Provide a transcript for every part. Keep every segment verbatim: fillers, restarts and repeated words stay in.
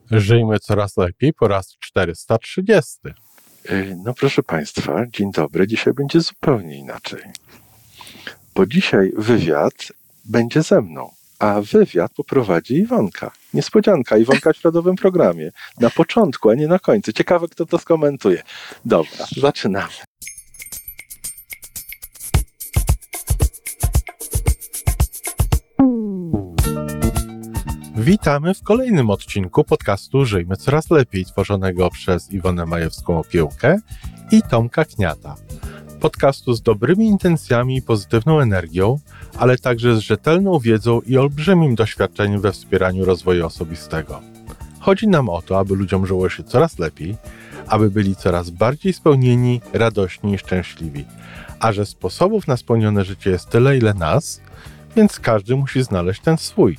Żyjmy coraz lepiej po raz czterysta trzydziesty. No proszę Państwa, dzień dobry. Dzisiaj będzie zupełnie inaczej. Bo dzisiaj wywiad będzie ze mną, a wywiad poprowadzi Iwonka. Niespodzianka, Iwonka w środowym programie. Na początku, a nie na końcu. Ciekawe, kto to skomentuje. Dobra, zaczynamy. Witamy w kolejnym odcinku podcastu Żyjmy Coraz Lepiej, tworzonego przez Iwonę Majewską-Opiełkę i Tomka Kniata. Podcastu z dobrymi intencjami i pozytywną energią, ale także z rzetelną wiedzą i olbrzymim doświadczeniem we wspieraniu rozwoju osobistego. Chodzi nam o to, aby ludziom żyło się coraz lepiej, aby byli coraz bardziej spełnieni, radośni i szczęśliwi. A że sposobów na spełnione życie jest tyle, ile nas, więc każdy musi znaleźć ten swój.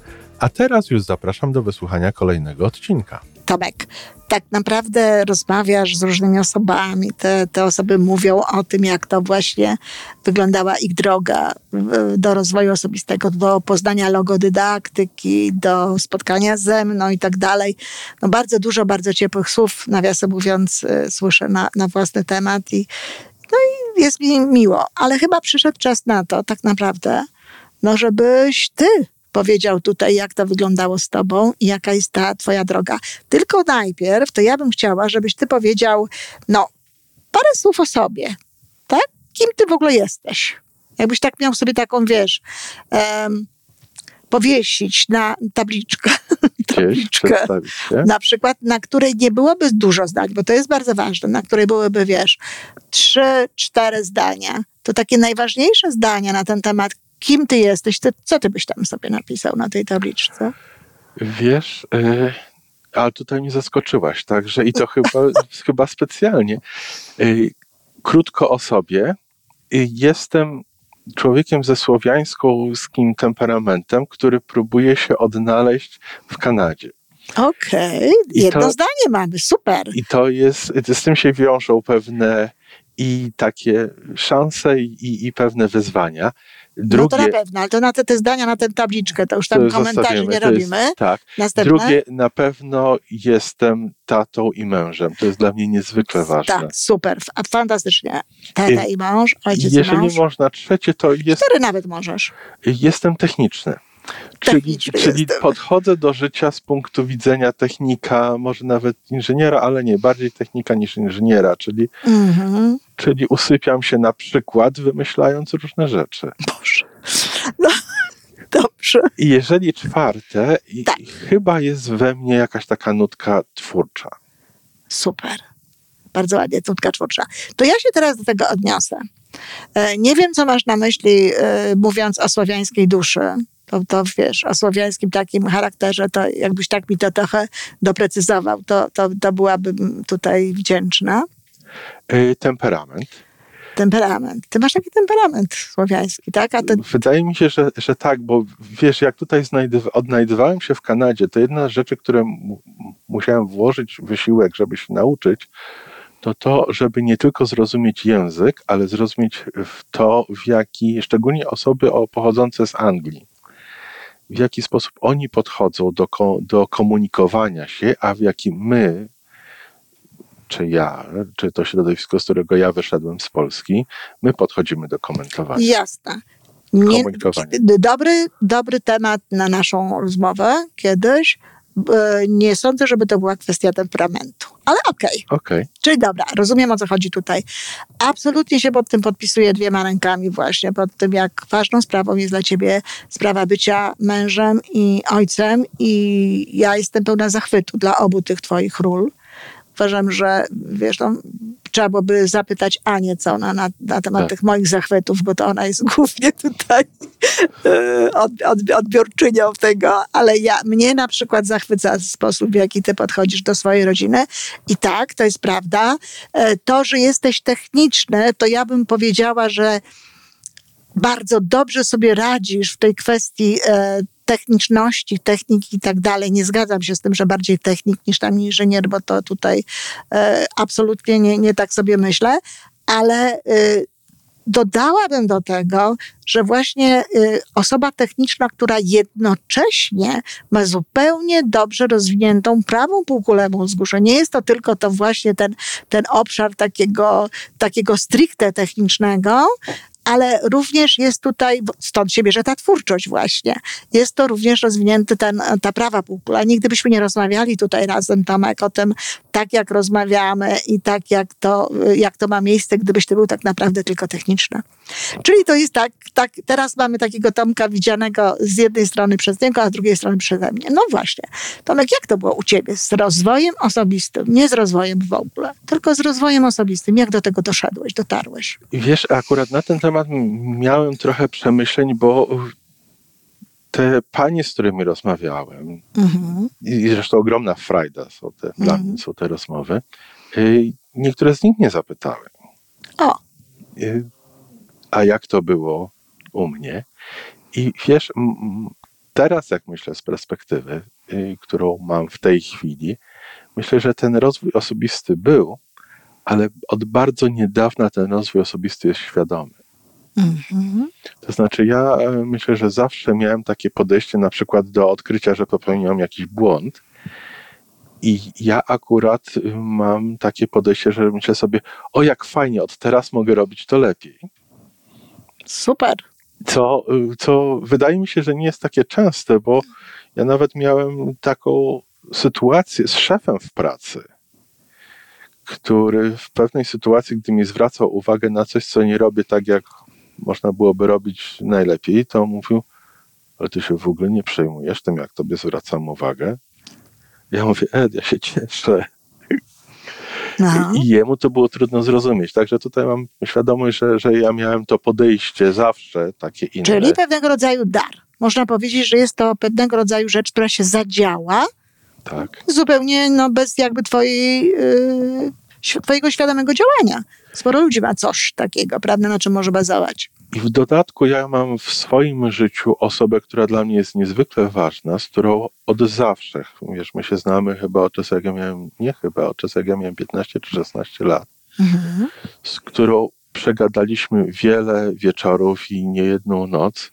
A teraz już zapraszam do wysłuchania kolejnego odcinka. Tomek, tak naprawdę rozmawiasz z różnymi osobami. Te, te osoby mówią o tym, jak to właśnie wyglądała ich droga do rozwoju osobistego, do poznania logodydaktyki, do spotkania ze mną i tak dalej. No bardzo dużo, bardzo ciepłych słów, nawiasem mówiąc, słyszę na, na własny temat i, no i jest mi miło. Ale chyba przyszedł czas na to, tak naprawdę, no żebyś ty powiedział tutaj, jak to wyglądało z tobą i jaka jest ta twoja droga. Tylko najpierw, to ja bym chciała, żebyś ty powiedział, no, parę słów o sobie, tak? Kim ty w ogóle jesteś? Jakbyś tak miał sobie taką, wiesz, um, powiesić na tabliczkę, tabliczkę na przykład, na której nie byłoby dużo zdań, bo to jest bardzo ważne, na której byłyby, wiesz, trzy, cztery zdania. To takie najważniejsze zdania na ten temat, kim ty jesteś, ty, co ty byś tam sobie napisał na tej tabliczce? Wiesz, yy, ale tutaj mnie zaskoczyłaś, także i to chyba, chyba specjalnie. Yy, krótko o sobie. Yy, jestem człowiekiem ze słowiańskim temperamentem, który próbuje się odnaleźć w Kanadzie. Okej, okay. Jedno to, zdanie mamy, super. I to jest, z tym się wiążą pewne i takie szanse i, i pewne wyzwania. Drugie, no to na pewno, ale to na te, te zdania, na tę tabliczkę, to już tam to komentarzy nie robimy. Jest, tak. Następne? Drugie, na pewno jestem tatą i mężem. To jest dla mnie niezwykle ważne. Tak, super, fantastycznie. Tata i mąż, ojciec Jeżeli i mąż. można trzecie, to jest... Cztery nawet możesz. Jestem techniczny. Czyli, czyli podchodzę do życia z punktu widzenia technika, może nawet inżyniera, ale nie, bardziej technika niż inżyniera, czyli, mm-hmm. czyli usypiam się na przykład, wymyślając różne rzeczy. Boże. No, dobrze. I jeżeli czwarte, tak. chyba jest we mnie jakaś taka nutka twórcza. Super. Bardzo ładnie, nutka twórcza. To ja się teraz do tego odniosę. Nie wiem, co masz na myśli, mówiąc o słowiańskiej duszy. To, to wiesz, o słowiańskim takim charakterze, to jakbyś tak mi to trochę doprecyzował, to, to, to byłabym tutaj wdzięczna. Yy, temperament. Temperament. Ty masz taki temperament słowiański, tak? A to... Wydaje mi się, że, że tak, bo wiesz, jak tutaj znajdywa- odnajdywałem się w Kanadzie, to jedna z rzeczy, które m- musiałem włożyć wysiłek, żeby się nauczyć, to to, żeby nie tylko zrozumieć język, ale zrozumieć w to, w jaki, szczególnie osoby o, pochodzące z Anglii, w jaki sposób oni podchodzą do, do komunikowania się, a w jaki my, czy ja, czy to środowisko, z którego ja wyszedłem z Polski, my podchodzimy do komentowania. Jasne. Nie, dobry, dobry temat na naszą rozmowę kiedyś. Nie sądzę, żeby to była kwestia temperamentu. Ale okej. Okay. Okay. Czyli dobra, rozumiem, o co chodzi tutaj. Absolutnie się pod tym podpisuję dwiema rękami właśnie, pod tym, jak ważną sprawą jest dla ciebie sprawa bycia mężem i ojcem i ja jestem pełna zachwytu dla obu tych twoich ról. Uważam, że wiesz, no, trzeba byłoby zapytać Anię, co ona na, na temat tak. tych moich zachwytów, bo to ona jest głównie tutaj od, od, odbiorczynią tego, ale ja, mnie na przykład zachwyca sposób, w jaki ty podchodzisz do swojej rodziny i tak, to jest prawda. To, że jesteś techniczny, to ja bym powiedziała, że bardzo dobrze sobie radzisz w tej kwestii e, techniczności, techniki i tak dalej. Nie zgadzam się z tym, że bardziej technik niż tam inżynier, bo to tutaj e, absolutnie nie, nie tak sobie myślę, ale e, dodałabym do tego, że właśnie y, osoba techniczna, która jednocześnie ma zupełnie dobrze rozwiniętą prawą półkulę mózgu, że nie jest to tylko to właśnie ten, ten obszar takiego, takiego stricte technicznego, ale również jest tutaj, stąd się bierze ta twórczość właśnie, jest to również rozwinięty ten, ta prawa półkula. Nigdy byśmy nie rozmawiali tutaj razem, Tomek, o tym, tak jak rozmawiamy i tak jak to, jak to ma miejsce, gdybyś ty był tak naprawdę tylko techniczny. Czyli to jest tak, tak, teraz mamy takiego Tomka widzianego z jednej strony przez niego, a z drugiej strony przeze mnie. No właśnie. Tomek, jak to było u ciebie z rozwojem osobistym? Nie z rozwojem w ogóle, tylko z rozwojem osobistym. Jak do tego doszedłeś, dotarłeś? I wiesz, akurat na ten temat miałem trochę przemyśleń, bo te panie, z którymi rozmawiałem, mhm. i zresztą ogromna frajda są te, mhm. dla mnie są te rozmowy, niektóre z nich mnie zapytały. O. A jak to było u mnie? I wiesz, teraz jak myślę z perspektywy, którą mam w tej chwili, myślę, że ten rozwój osobisty był, ale od bardzo niedawna ten rozwój osobisty jest świadomy. Mm-hmm. To znaczy ja myślę, że zawsze miałem takie podejście na przykład do odkrycia, że popełniłem jakiś błąd i ja akurat mam takie podejście, że myślę sobie, o jak fajnie, od teraz mogę robić to lepiej. Super. Co, co wydaje mi się, że nie jest takie częste, bo ja nawet miałem taką sytuację z szefem w pracy, który w pewnej sytuacji, gdy mi zwracał uwagę na coś, co nie robię tak, jak można byłoby robić najlepiej, to mówił, ale ty się w ogóle nie przejmujesz tym, jak tobie zwracam uwagę. Ja mówię, Ed, ja się cieszę. No. I jemu to było trudno zrozumieć. Także tutaj mam świadomość, że, że ja miałem to podejście zawsze takie inne. Czyli pewnego rodzaju dar. Można powiedzieć, że jest to pewnego rodzaju rzecz, która się zadziała. Tak. Zupełnie no, bez jakby twojej, yy, twojego świadomego działania. Sporo ludzi ma coś takiego, prawda, na czym może bazować. I w dodatku ja mam w swoim życiu osobę, która dla mnie jest niezwykle ważna, z którą od zawsze, wiesz, my się znamy chyba od czasu, jak ja miałem, nie chyba, od czasu, jak ja miałem piętnaście czy szesnaście lat, mhm. z którą przegadaliśmy wiele wieczorów i niejedną noc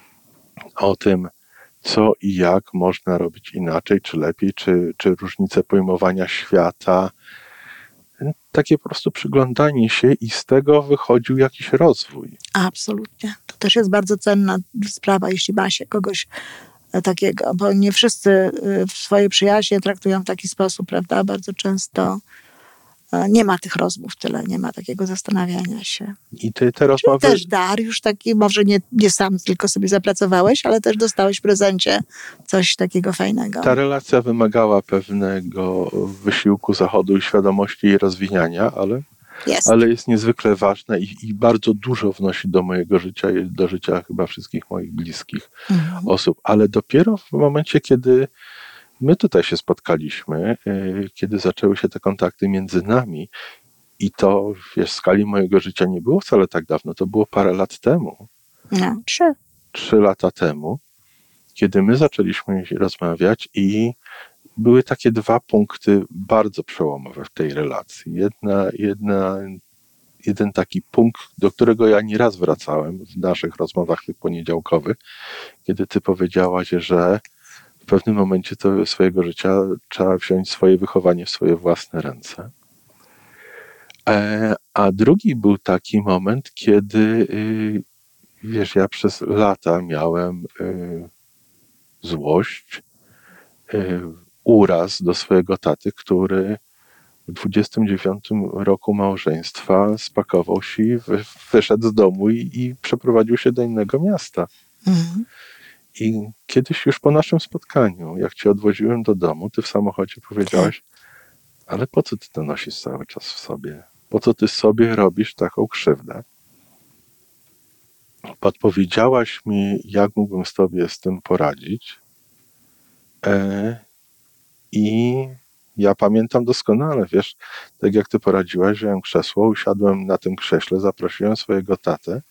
o tym, co i jak można robić inaczej, czy lepiej, czy, czy różnice pojmowania świata. Takie po prostu przyglądanie się i z tego wychodził jakiś rozwój. Absolutnie. To też jest bardzo cenna sprawa, jeśli ma się kogoś takiego, bo nie wszyscy w swojej przyjaźnie traktują w taki sposób, prawda? Bardzo często nie ma tych rozmów tyle, nie ma takiego zastanawiania się. I ty te rozmowy... Też dar już taki, może nie, nie sam tylko sobie zapracowałeś, ale też dostałeś w prezencie coś takiego fajnego. Ta relacja wymagała pewnego wysiłku, zachodu i świadomości jej rozwijania, ale jest, ale jest niezwykle ważna i, i bardzo dużo wnosi do mojego życia i do życia chyba wszystkich moich bliskich mhm. osób. Ale dopiero w momencie, kiedy my tutaj się spotkaliśmy, kiedy zaczęły się te kontakty między nami i to, wiesz, w skali mojego życia nie było wcale tak dawno, to było parę lat temu. No, trzy. Trzy lata temu, kiedy my zaczęliśmy rozmawiać i były takie dwa punkty bardzo przełomowe w tej relacji. Jedna, jedna, jeden taki punkt, do którego ja nieraz wracałem w naszych rozmowach tych poniedziałkowych, kiedy ty powiedziałaś, że w pewnym momencie to swojego życia trzeba wziąć swoje wychowanie w swoje własne ręce. E, a drugi był taki moment, kiedy y, wiesz, ja przez lata miałem y, złość, y, uraz do swojego taty, który w dwudziestym dziewiątym roku małżeństwa spakował się i wy, wyszedł z domu i, i przeprowadził się do innego miasta. Mhm. I kiedyś już po naszym spotkaniu, jak cię odwoziłem do domu, ty w samochodzie powiedziałaś, ale po co ty to nosisz cały czas w sobie? Po co ty sobie robisz taką krzywdę? Podpowiedziałaś mi, jak mógłbym z tobie z tym poradzić. E, I ja pamiętam doskonale, wiesz, tak jak ty poradziłaś, wziąłem krzesło, usiadłem na tym krześle, zaprosiłem swojego tatę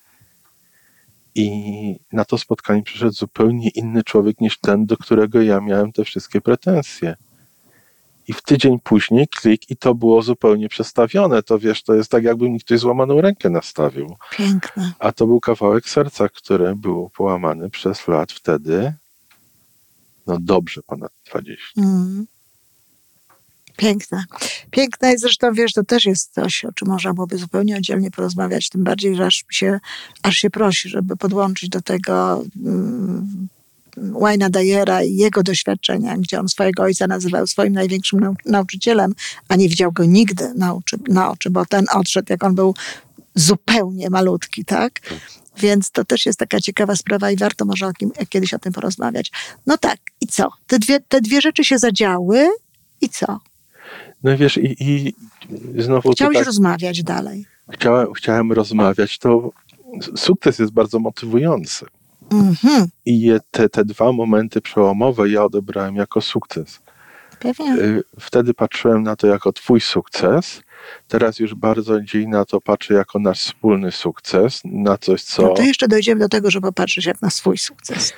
i na to spotkanie przyszedł zupełnie inny człowiek niż ten, do którego ja miałem te wszystkie pretensje. i w tydzień później klik i to było zupełnie przestawione. To wiesz, to jest tak, jakby mi ktoś złamaną rękę nastawił. Piękne. A to był kawałek serca, który był połamany przez lat wtedy, no dobrze ponad dwadzieścia. Mm. Piękne. Piękne i zresztą, wiesz, to też jest coś, o czym można byłoby zupełnie oddzielnie porozmawiać, tym bardziej, że aż się, aż się prosi, żeby podłączyć do tego um, Wayne'a Dyera i jego doświadczenia, gdzie on swojego ojca nazywał swoim największym nau- nauczycielem, a nie widział go nigdy na oczy, na oczy, bo ten odszedł, jak on był zupełnie malutki, tak? Więc to też jest taka ciekawa sprawa i warto może o kim, kiedyś o tym porozmawiać. No tak, i co? Te dwie, te dwie rzeczy się zadziały i co? No wiesz, i, i znowu Chciałeś tak, rozmawiać dalej. chciałem, chciałem rozmawiać, to sukces jest bardzo motywujący. Mhm. I je, te, te dwa momenty przełomowe ja odebrałem jako sukces. Pewnie. Wtedy patrzyłem na to jako twój sukces. Teraz już bardziej na to patrzę jako nasz wspólny sukces, na coś, co... No to jeszcze dojdziemy do tego, żeby popatrzeć jak na swój sukces.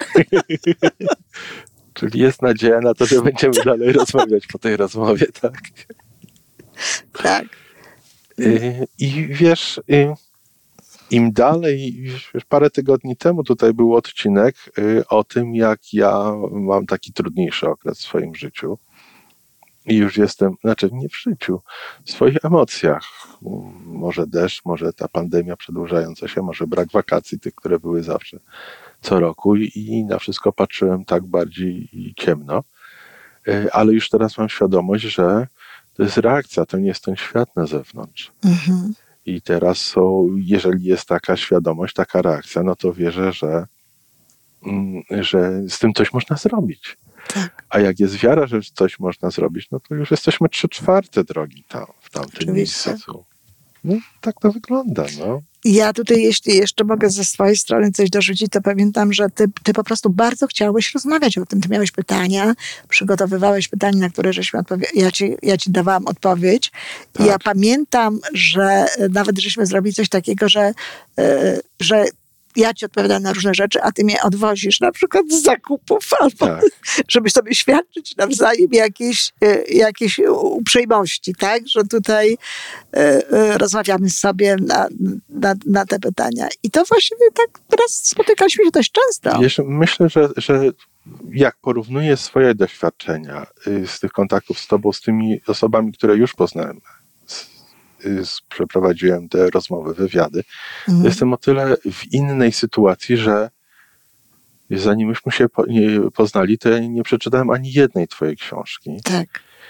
Czyli jest nadzieja na to, że będziemy dalej rozmawiać po tej rozmowie, tak? Tak. I wiesz, im dalej, wiesz, parę tygodni temu tutaj był odcinek o tym, jak ja mam taki trudniejszy okres w swoim życiu. I już jestem, znaczy nie w życiu, w swoich emocjach. Może deszcz, może ta pandemia przedłużająca się, może brak wakacji, tych, które były zawsze co roku i na wszystko patrzyłem tak bardziej ciemno. Ale już teraz mam świadomość, że to jest reakcja, to nie jest ten świat na zewnątrz. Mhm. I teraz są, jeżeli jest taka świadomość, taka reakcja, no to wierzę, że, że z tym coś można zrobić. Tak. A jak jest wiara, że coś można zrobić, no to już jesteśmy trzy czwarte drogi tam, w tamtym Oczywiście. miejscu. No tak to wygląda, no. Ja tutaj, jeśli jeszcze mogę ze swojej strony coś dorzucić, to pamiętam, że ty, ty po prostu bardzo chciałeś rozmawiać o tym. Ty miałeś pytania, przygotowywałeś pytania, na które żeśmy odpowie- ja, ci, ja ci dawałam odpowiedź. Tak. I ja pamiętam, że nawet żeśmy zrobili coś takiego, że, yy, że ja ci odpowiadam na różne rzeczy, a ty mnie odwozisz na przykład z zakupów, albo Tak. żeby sobie świadczyć nawzajem jakieś, y, jakieś uprzejmości, tak? Że tutaj y, y, rozmawiamy sobie na, na, na te pytania. I to właściwie tak teraz spotykaliśmy się dość często. Wiesz, myślę, że, że jak porównuję swoje doświadczenia y, z tych kontaktów z tobą, z tymi osobami, które już poznałem, z, y, z, przeprowadziłem te rozmowy, wywiady, Mhm. jestem o tyle w innej sytuacji, że zanim myśmy się po, nie, poznali, to ja nie przeczytałem ani jednej twojej książki. Tak.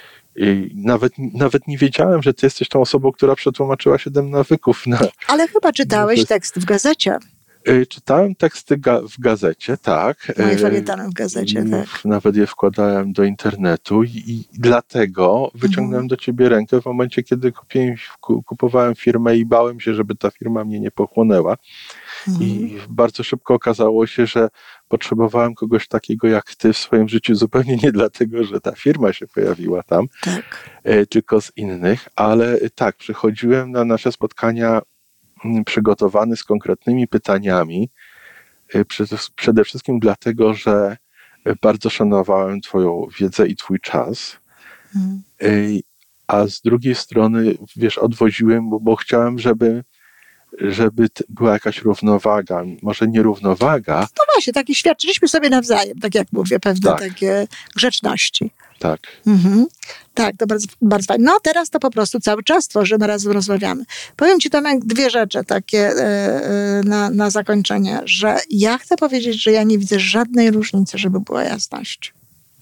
I nawet, nawet nie wiedziałem, że ty jesteś tą osobą, która przetłumaczyła siedem nawyków. Na, Ale chyba czytałeś No to jest- tekst w gazecie. Y, Czytałem teksty ga- w gazecie, tak. Moje Y, felietony w gazecie, i tak. Nawet je wkładałem do internetu i, i dlatego wyciągnąłem Mhm. do ciebie rękę w momencie, kiedy kupiłem, ku- kupowałem firmę i bałem się, żeby ta firma mnie nie pochłonęła. Mhm. I bardzo szybko okazało się, że potrzebowałem kogoś takiego jak ty w swoim życiu, zupełnie nie dlatego, że ta firma się pojawiła tam, Tak. e, tylko z innych, ale e, tak, przychodziłem na nasze spotkania mm, przygotowany z konkretnymi pytaniami, e, przede, przede wszystkim dlatego, że e, bardzo szanowałem twoją wiedzę i twój czas, Mhm. e, a z drugiej strony, wiesz, odwoziłem, bo, bo chciałem, żeby żeby t- była jakaś równowaga, może nie równowaga, No właśnie, takie świadczyliśmy sobie nawzajem, tak jak mówię, pewne Tak. takie grzeczności. tak. Mhm. Tak, to bardzo, bardzo fajnie. No teraz to po prostu cały czas tworzymy, razem rozmawiamy. Powiem ci, Tomek, dwie rzeczy takie e, e, na, na zakończenie, że ja chcę powiedzieć, że ja nie widzę żadnej różnicy, żeby była jasność.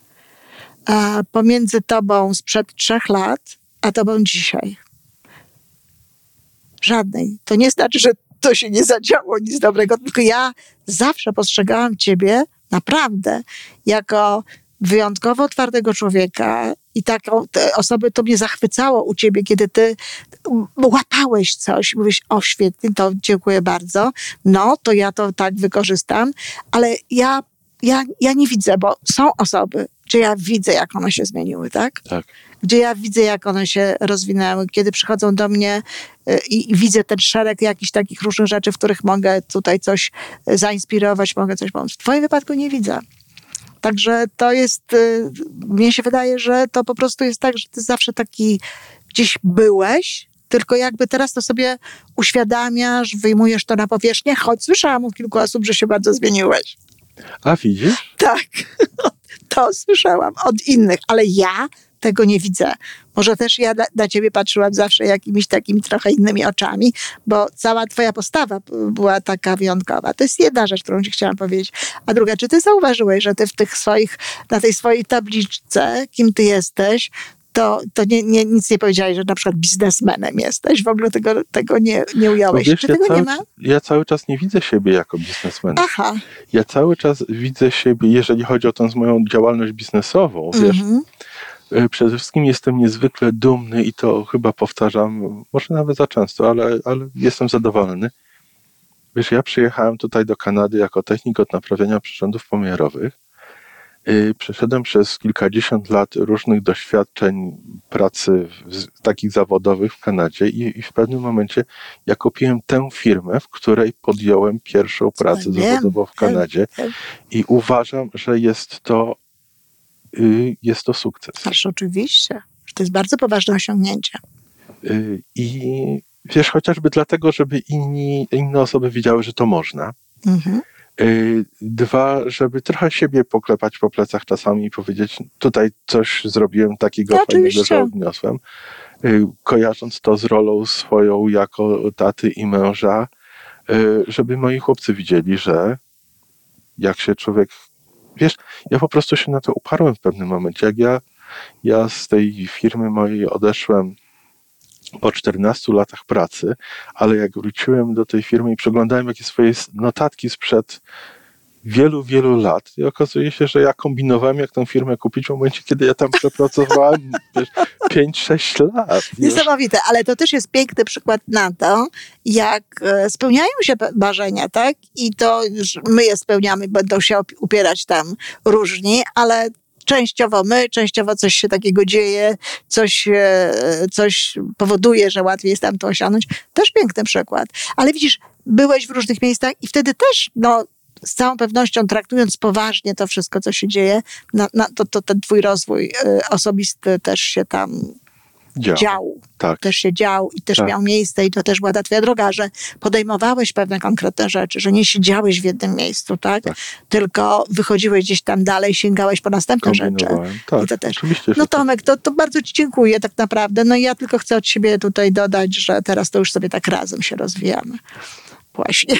A pomiędzy tobą sprzed trzech lat, a tobą dzisiaj. Żadnej. To nie znaczy, że to się nie zadziało nic dobrego, tylko ja zawsze postrzegałam ciebie naprawdę jako wyjątkowo otwartego człowieka i taką te osoby, to mnie zachwycało u ciebie, kiedy ty łapałeś coś, mówisz, o świetnie, to dziękuję bardzo, no to ja to tak wykorzystam, ale ja, ja, ja nie widzę, bo są osoby, gdzie ja widzę, jak one się zmieniły, tak? Tak. Gdzie ja widzę, jak one się rozwinęły, kiedy przychodzą do mnie y, i, i widzę ten szereg jakichś takich różnych rzeczy, w których mogę tutaj coś y, zainspirować, mogę coś pomóc. W twoim wypadku nie widzę. Także to jest, y, mnie się wydaje, że to po prostu jest tak, że ty zawsze taki gdzieś byłeś, tylko jakby teraz to sobie uświadamiasz, wyjmujesz to na powierzchnię, choć słyszałam od kilku osób, że się bardzo zmieniłeś. A widzisz? Tak, to słyszałam od innych, ale ja tego nie widzę. Może też ja na ciebie patrzyłam zawsze jakimiś takimi trochę innymi oczami, bo cała twoja postawa była taka wyjątkowa. To jest jedna rzecz, którą ci chciałam powiedzieć. A druga, czy ty zauważyłeś, że ty w tych swoich, na tej swojej tabliczce, kim ty jesteś, to, to nie, nie, nic nie powiedziałeś, że na przykład biznesmenem jesteś. W ogóle tego, tego nie, nie ująłeś. Wiesz, Czy ja tego cały, nie ma? Ja cały czas nie widzę siebie jako biznesmena. Aha. Ja cały czas widzę siebie, jeżeli chodzi o tą moją działalność biznesową, wiesz, Mhm. przede wszystkim jestem niezwykle dumny i to chyba powtarzam, może nawet za często, ale, ale jestem zadowolony. Wiesz, ja przyjechałem tutaj do Kanady jako technik od naprawiania przyrządów pomiarowych. Yy, przeszedłem przez kilkadziesiąt lat różnych doświadczeń pracy w, takich zawodowych w Kanadzie i, i w pewnym momencie ja kupiłem tę firmę, w której podjąłem pierwszą pracę Ja wiem, zawodową w Kanadzie wiem. i uważam, że jest to, yy, jest to sukces. Ależ oczywiście. To jest bardzo poważne osiągnięcie. Yy, I wiesz, chociażby dlatego, żeby inni, inne osoby wiedziały, że to można. Mhm. Dwa, żeby trochę siebie poklepać po plecach czasami i powiedzieć, tutaj coś zrobiłem takiego No, fajnego, oczywiście. że odniosłem. Kojarząc to z rolą swoją jako taty i męża, żeby moi chłopcy widzieli, że jak się człowiek... Wiesz, ja po prostu się na to uparłem w pewnym momencie. Jak ja, ja z tej firmy mojej odeszłem po czternastu latach pracy, ale jak wróciłem do tej firmy i przeglądałem jakieś swoje notatki sprzed wielu, wielu lat i okazuje się, że ja kombinowałem, jak tę firmę kupić w momencie, kiedy ja tam przepracowałem pięć sześć lat. Wiesz. Niesamowite, ale to też jest piękny przykład na to, jak e, spełniają się marzenia, tak? I to już my je spełniamy, będą się upierać tam różni, ale częściowo my, częściowo coś się takiego dzieje, coś, e, coś powoduje, że łatwiej jest tam to osiągnąć. Też piękny przykład. Ale widzisz, byłeś w różnych miejscach i wtedy też, no, z całą pewnością traktując poważnie to wszystko, co się dzieje, na, na, to, to ten twój rozwój y, osobisty też się tam Dział. dział. Tak. Też się dział i też Tak. miał miejsce i to też była ta twoja droga, że podejmowałeś pewne konkretne rzeczy, że nie siedziałeś w jednym miejscu, tak? Tak. Tylko wychodziłeś gdzieś tam dalej, sięgałeś po następne rzeczy. Kombinowałem. Tak, I to też. oczywiście, że No tak. Tomek, to, to bardzo ci dziękuję tak naprawdę. No i ja tylko chcę od siebie tutaj dodać, że teraz to już sobie tak razem się rozwijamy. Właśnie.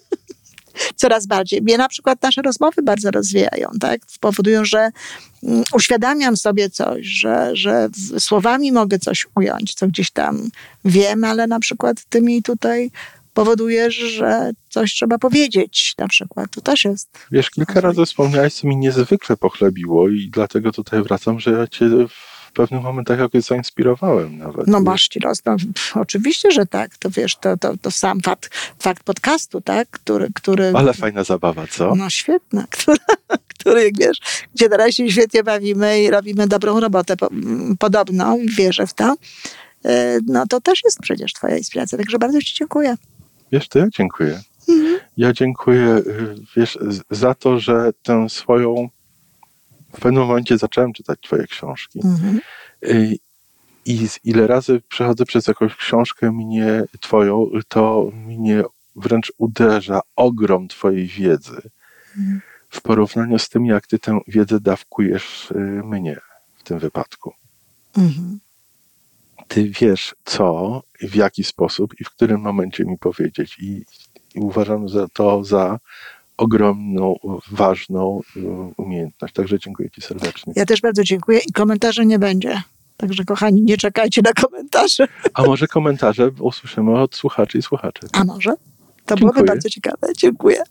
Coraz bardziej. Mnie na przykład nasze rozmowy bardzo rozwijają, tak? Powodują, że mm, uświadamiam sobie coś, że, że w- słowami mogę coś ująć, co gdzieś tam wiem, ale na przykład ty mi tutaj powodujesz, że coś trzeba powiedzieć na przykład. To też jest. Wiesz, kilka razy wspomniałeś, co mi niezwykle pochlebiło i dlatego tutaj wracam, że ja cię w pewnych momentach jakoś zainspirowałem nawet. No wiesz. masz ci roz... no, pff, oczywiście, że tak. To wiesz, to, to, to sam fakt, fakt podcastu, tak? Który, który... Ale fajna zabawa, co? No świetna, który, który, jak wiesz, gdzie teraz się świetnie bawimy i robimy dobrą robotę po, m, podobno i wierzę w to. E, No to też jest przecież twoja inspiracja, także bardzo ci dziękuję. Wiesz, to ja dziękuję. Mhm. Ja dziękuję, y, wiesz, z- za to, że tę swoją... W pewnym momencie zacząłem czytać twoje książki. Mhm. Y, I z ile razy przechodzę przez jakąś książkę mnie twoją, to mnie wręcz uderza ogrom twojej wiedzy Mhm. w porównaniu z tym, jak ty tę wiedzę dawkujesz y, mnie w tym wypadku. Mhm. Ty wiesz co, w jaki sposób i w którym momencie mi powiedzieć. I, i uważam za to za ogromną, ważną y, umiejętność. Także dziękuję ci serdecznie. Ja też bardzo dziękuję i komentarzy nie będzie. Także kochani, nie czekajcie na komentarze. A może komentarze usłyszymy od słuchaczy i słuchaczy. A może? To Dziękuję. byłoby bardzo ciekawe. Dziękuję.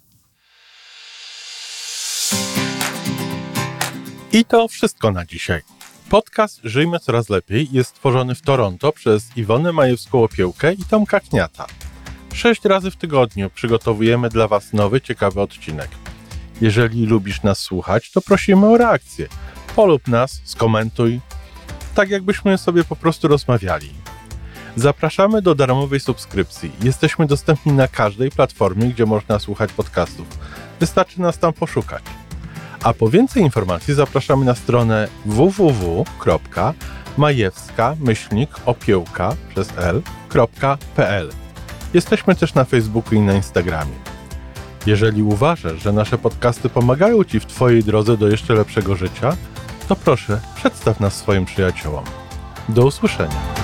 I to wszystko na dzisiaj. Podcast Żyjmy Coraz Lepiej jest stworzony w Toronto przez Iwonę Majewską-Opiełkę i Tomka Kniata. Sześć razy w tygodniu przygotowujemy dla Was nowy, ciekawy odcinek. Jeżeli lubisz nas słuchać, to prosimy o reakcję. Polub nas, skomentuj, tak jakbyśmy sobie po prostu rozmawiali. Zapraszamy do darmowej subskrypcji. Jesteśmy dostępni na każdej platformie, gdzie można słuchać podcastów. Wystarczy nas tam poszukać. A po więcej informacji zapraszamy na stronę w w w kropka majewska myślnik opiełka przez l kropka p l. Jesteśmy też na Facebooku i na Instagramie. Jeżeli uważasz, że nasze podcasty pomagają Ci w Twojej drodze do jeszcze lepszego życia, to proszę, przedstaw nas swoim przyjaciołom. Do usłyszenia.